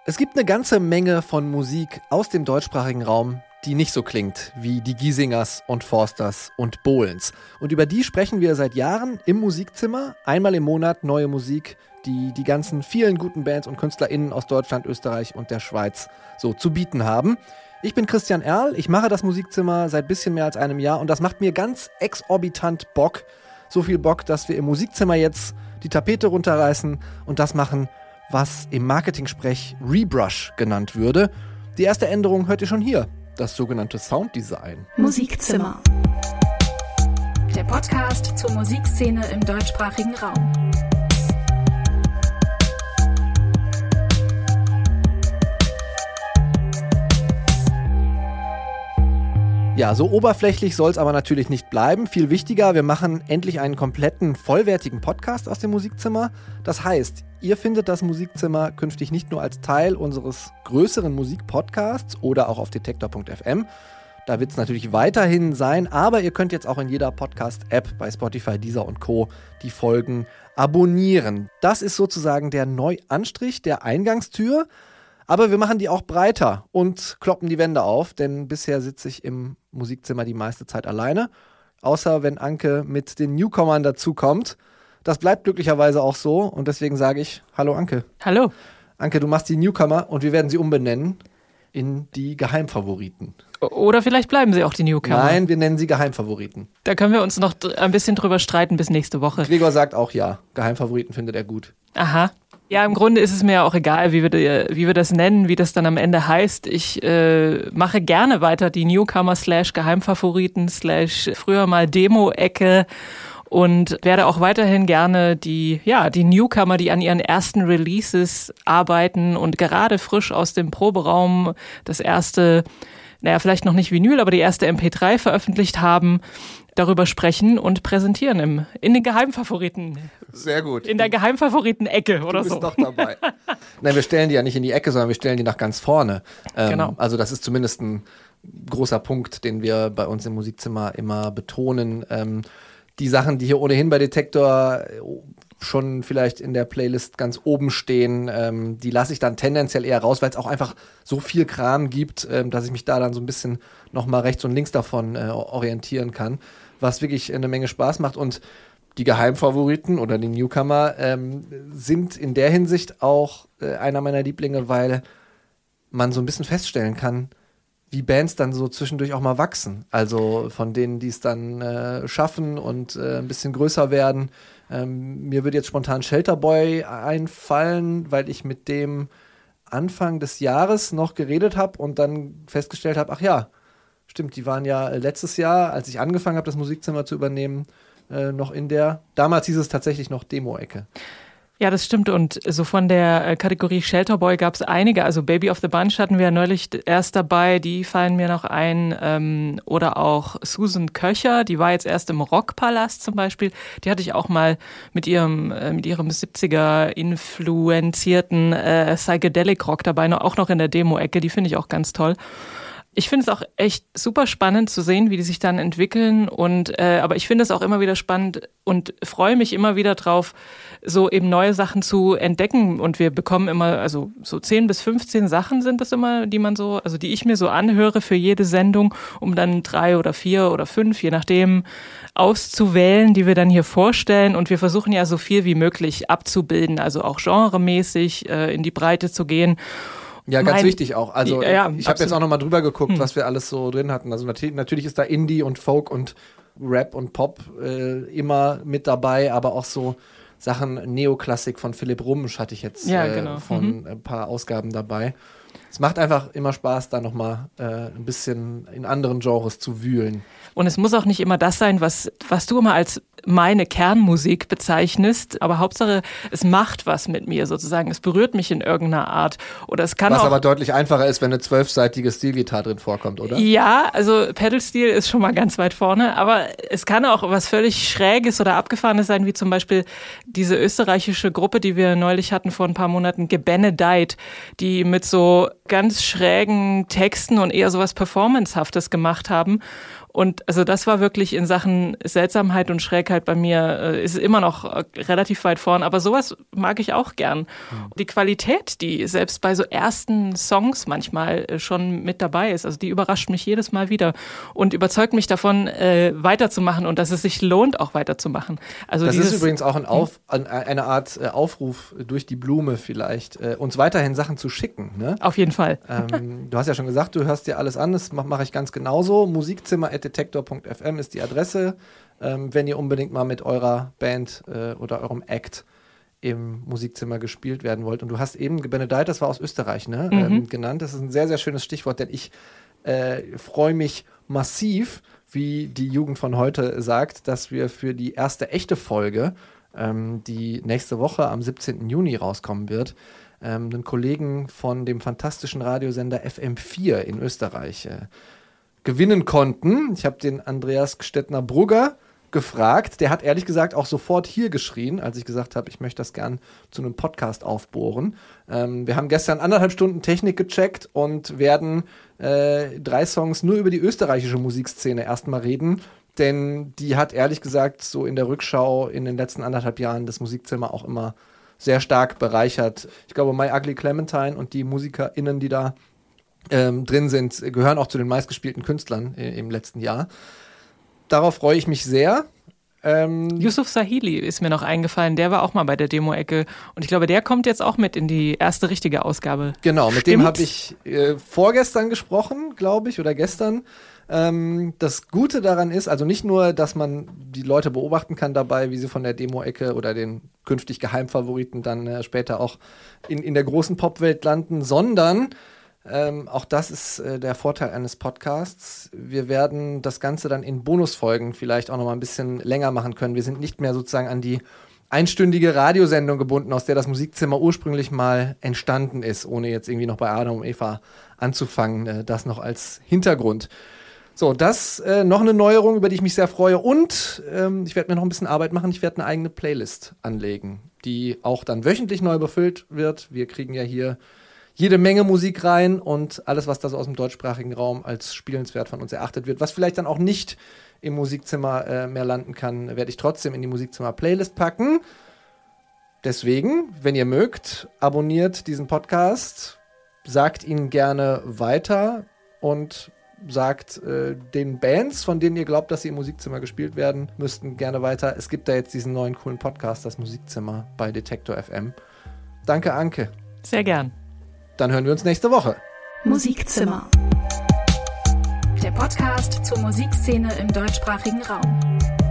Es gibt eine ganze Menge von Musik aus dem deutschsprachigen Raum, die nicht so klingt wie die Giesingers und Forsters und Bohlens. Und über die sprechen wir seit Jahren im Musikzimmer. Einmal im Monat neue Musik, die die ganzen vielen guten Bands und KünstlerInnen aus Deutschland, Österreich und der Schweiz so zu bieten haben. Ich bin Christian Erl, ich mache das Musikzimmer seit bisschen mehr als einem Jahr und das macht mir ganz exorbitant Bock. So viel Bock, dass wir im Musikzimmer jetzt die Tapete runterreißen und das machen, was im Marketing-Sprech Rebrush genannt würde. Die erste Änderung hört ihr schon hier, das sogenannte Sounddesign. Musikzimmer. Der Podcast zur Musikszene im deutschsprachigen Raum. Ja, so oberflächlich soll es aber natürlich nicht bleiben. Viel wichtiger, wir machen endlich einen kompletten, vollwertigen Podcast aus dem Musikzimmer. Das heißt, ihr findet das Musikzimmer künftig nicht nur als Teil unseres größeren Musikpodcasts oder auch auf detektor.fm. Da wird es natürlich weiterhin sein, aber ihr könnt jetzt auch in jeder Podcast-App bei Spotify, Deezer und Co. die Folgen abonnieren. Das ist sozusagen der Neuanstrich der Eingangstür. Aber wir machen die auch breiter und kloppen die Wände auf, denn bisher sitze ich im Musikzimmer die meiste Zeit alleine. Außer wenn Anke mit den Newcomern dazukommt. Das bleibt glücklicherweise auch so und deswegen sage ich, hallo Anke. Hallo. Anke, du machst die Newcomer und wir werden sie umbenennen in die Geheimfavoriten. Oder vielleicht bleiben sie auch die Newcomer. Nein, wir nennen sie Geheimfavoriten. Da können wir uns noch ein bisschen drüber streiten bis nächste Woche. Gregor sagt auch ja, Geheimfavoriten findet er gut. Aha. Ja, im Grunde ist es mir ja auch egal, wie wir das nennen, wie das dann am Ende heißt. Ich mache gerne weiter die Newcomer / Geheimfavoriten / früher mal Demo-Ecke und werde auch weiterhin gerne die Newcomer, die an ihren ersten Releases arbeiten und gerade frisch aus dem Proberaum das erste, vielleicht noch nicht Vinyl, aber die erste MP3 veröffentlicht haben, darüber sprechen und präsentieren in den Geheimfavoriten. Sehr gut. In der Geheimfavoriten-Ecke oder so. Du bist doch dabei. Nein, wir stellen die ja nicht in die Ecke, sondern wir stellen die nach ganz vorne. Genau. Also das ist zumindest ein großer Punkt, den wir bei uns im Musikzimmer immer betonen. Die Sachen, die hier ohnehin bei Detektor schon vielleicht in der Playlist ganz oben stehen, die lasse ich dann tendenziell eher raus, weil es auch einfach so viel Kram gibt, dass ich mich da dann so ein bisschen nochmal rechts und links davon orientieren kann, was wirklich eine Menge Spaß macht. Und die Geheimfavoriten oder die Newcomer sind in der Hinsicht auch einer meiner Lieblinge, weil man so ein bisschen feststellen kann, wie Bands dann so zwischendurch auch mal wachsen. Also von denen, die es dann schaffen und ein bisschen größer werden. Mir würde jetzt spontan Shelterboy einfallen, weil ich mit dem Anfang des Jahres noch geredet habe und dann festgestellt habe, ach ja, stimmt, die waren ja letztes Jahr, als ich angefangen habe, das Musikzimmer zu übernehmen, noch in der, damals hieß es tatsächlich noch Demo-Ecke. Ja, das stimmt. Und so von der Kategorie Shelterboy gab es einige. Also Baby of the Bunch hatten wir ja neulich erst dabei. Die fallen mir noch ein. Oder auch Susan Köcher. Die war jetzt erst im Rockpalast zum Beispiel. Die hatte ich auch mal mit ihrem 70er influenzierten Psychedelic Rock dabei. Auch noch in der Demo-Ecke. Die finde ich auch ganz toll. Ich finde es auch echt super spannend zu sehen, wie die sich dann entwickeln aber ich finde es auch immer wieder spannend und freue mich immer wieder drauf, so eben neue Sachen zu entdecken und wir bekommen immer, also so 10 bis 15 Sachen sind das immer, die ich mir so anhöre für jede Sendung, um dann 3 oder 4 oder 5, je nachdem, auszuwählen, die wir dann hier vorstellen und wir versuchen ja so viel wie möglich abzubilden, also auch genremäßig in die Breite zu gehen. Ja, ganz wichtig auch. Also ja, ich habe jetzt auch nochmal drüber geguckt, was wir alles so drin hatten. Also natürlich ist da Indie und Folk und Rap und Pop immer mit dabei, aber auch so Sachen Neoklassik von Philipp Rumsch hatte ich jetzt von ein paar Ausgaben dabei. Es macht einfach immer Spaß, da nochmal ein bisschen in anderen Genres zu wühlen. Und es muss auch nicht immer das sein, was du immer als meine Kernmusik bezeichnest, aber Hauptsache, es macht was mit mir sozusagen, es berührt mich in irgendeiner Art. Oder es kann was auch, aber deutlich einfacher ist, wenn eine 12-seitige Steelgitarre drin vorkommt, oder? Ja, also Pedal-Steel ist schon mal ganz weit vorne, aber es kann auch was völlig Schräges oder Abgefahrenes sein, wie zum Beispiel diese österreichische Gruppe, die wir neulich hatten vor ein paar Monaten, Gebenedeit, die mit so ganz schrägen Texten und eher sowas Performancehaftes gemacht haben. Und also das war wirklich in Sachen Seltsamheit und Schrägheit bei mir, ist immer noch relativ weit vorn, aber sowas mag ich auch gern. Die Qualität, die selbst bei so ersten Songs manchmal schon mit dabei ist, also die überrascht mich jedes Mal wieder und überzeugt mich davon, weiterzumachen und dass es sich lohnt, auch weiterzumachen. Also das ist übrigens auch eine Art Aufruf durch die Blume vielleicht, uns weiterhin Sachen zu schicken. Ne? Auf jeden Fall. Du hast ja schon gesagt, du hörst dir alles an, das mache ich ganz genauso. Musikzimmer@detektor.fm ist die Adresse, wenn ihr unbedingt mal mit eurer Band oder eurem Act im Musikzimmer gespielt werden wollt. Und du hast eben Benedeit, das war aus Österreich, ne? Genannt. Das ist ein sehr, sehr schönes Stichwort, denn ich freue mich massiv, wie die Jugend von heute sagt, dass wir für die erste echte Folge, die nächste Woche am 17. Juni rauskommen wird, einen Kollegen von dem fantastischen Radiosender FM4 in Österreich gewinnen konnten. Ich habe den Andreas Gstettner-Brugger gefragt. Der hat ehrlich gesagt auch sofort hier geschrien, als ich gesagt habe, ich möchte das gern zu einem Podcast aufbohren. Wir haben gestern 1,5 Stunden Technik gecheckt und werden 3 Songs nur über die österreichische Musikszene erstmal reden. Denn die hat ehrlich gesagt so in der Rückschau in den letzten 1,5 Jahren das Musikzimmer auch immer sehr stark bereichert. Ich glaube, My Ugly Clementine und die MusikerInnen, die da drin sind, gehören auch zu den meistgespielten Künstlern im letzten Jahr. Darauf freue ich mich sehr. Yusuf Sahili ist mir noch eingefallen, der war auch mal bei der Demo-Ecke und ich glaube, der kommt jetzt auch mit in die erste richtige Ausgabe. Genau, mit dem habe ich vorgestern gesprochen, glaube ich, oder gestern. Das Gute daran ist, also nicht nur, dass man die Leute beobachten kann dabei, wie sie von der Demo-Ecke oder den künftig Geheimfavoriten dann später auch in der großen Popwelt landen, sondern auch das ist der Vorteil eines Podcasts. Wir werden das Ganze dann in Bonusfolgen vielleicht auch noch mal ein bisschen länger machen können. Wir sind nicht mehr sozusagen an die einstündige Radiosendung gebunden, aus der das Musikzimmer ursprünglich mal entstanden ist, ohne jetzt irgendwie noch bei Adam und Eva anzufangen. Das noch als Hintergrund. So, das noch eine Neuerung, über die ich mich sehr freue. Und ich werde mir noch ein bisschen Arbeit machen. Ich werde eine eigene Playlist anlegen, die auch dann wöchentlich neu befüllt wird. Wir kriegen ja hier jede Menge Musik rein und alles, was da so aus dem deutschsprachigen Raum als spielenswert von uns erachtet wird, was vielleicht dann auch nicht im Musikzimmer mehr landen kann, werde ich trotzdem in die Musikzimmer-Playlist packen. Deswegen, wenn ihr mögt, abonniert diesen Podcast, sagt ihn gerne weiter und sagt den Bands, von denen ihr glaubt, dass sie im Musikzimmer gespielt werden müssten, gerne weiter. Es gibt da jetzt diesen neuen coolen Podcast, das Musikzimmer bei Detektor FM. Danke, Anke. Sehr gern. Dann hören wir uns nächste Woche. Musikzimmer. Der Podcast zur Musikszene im deutschsprachigen Raum.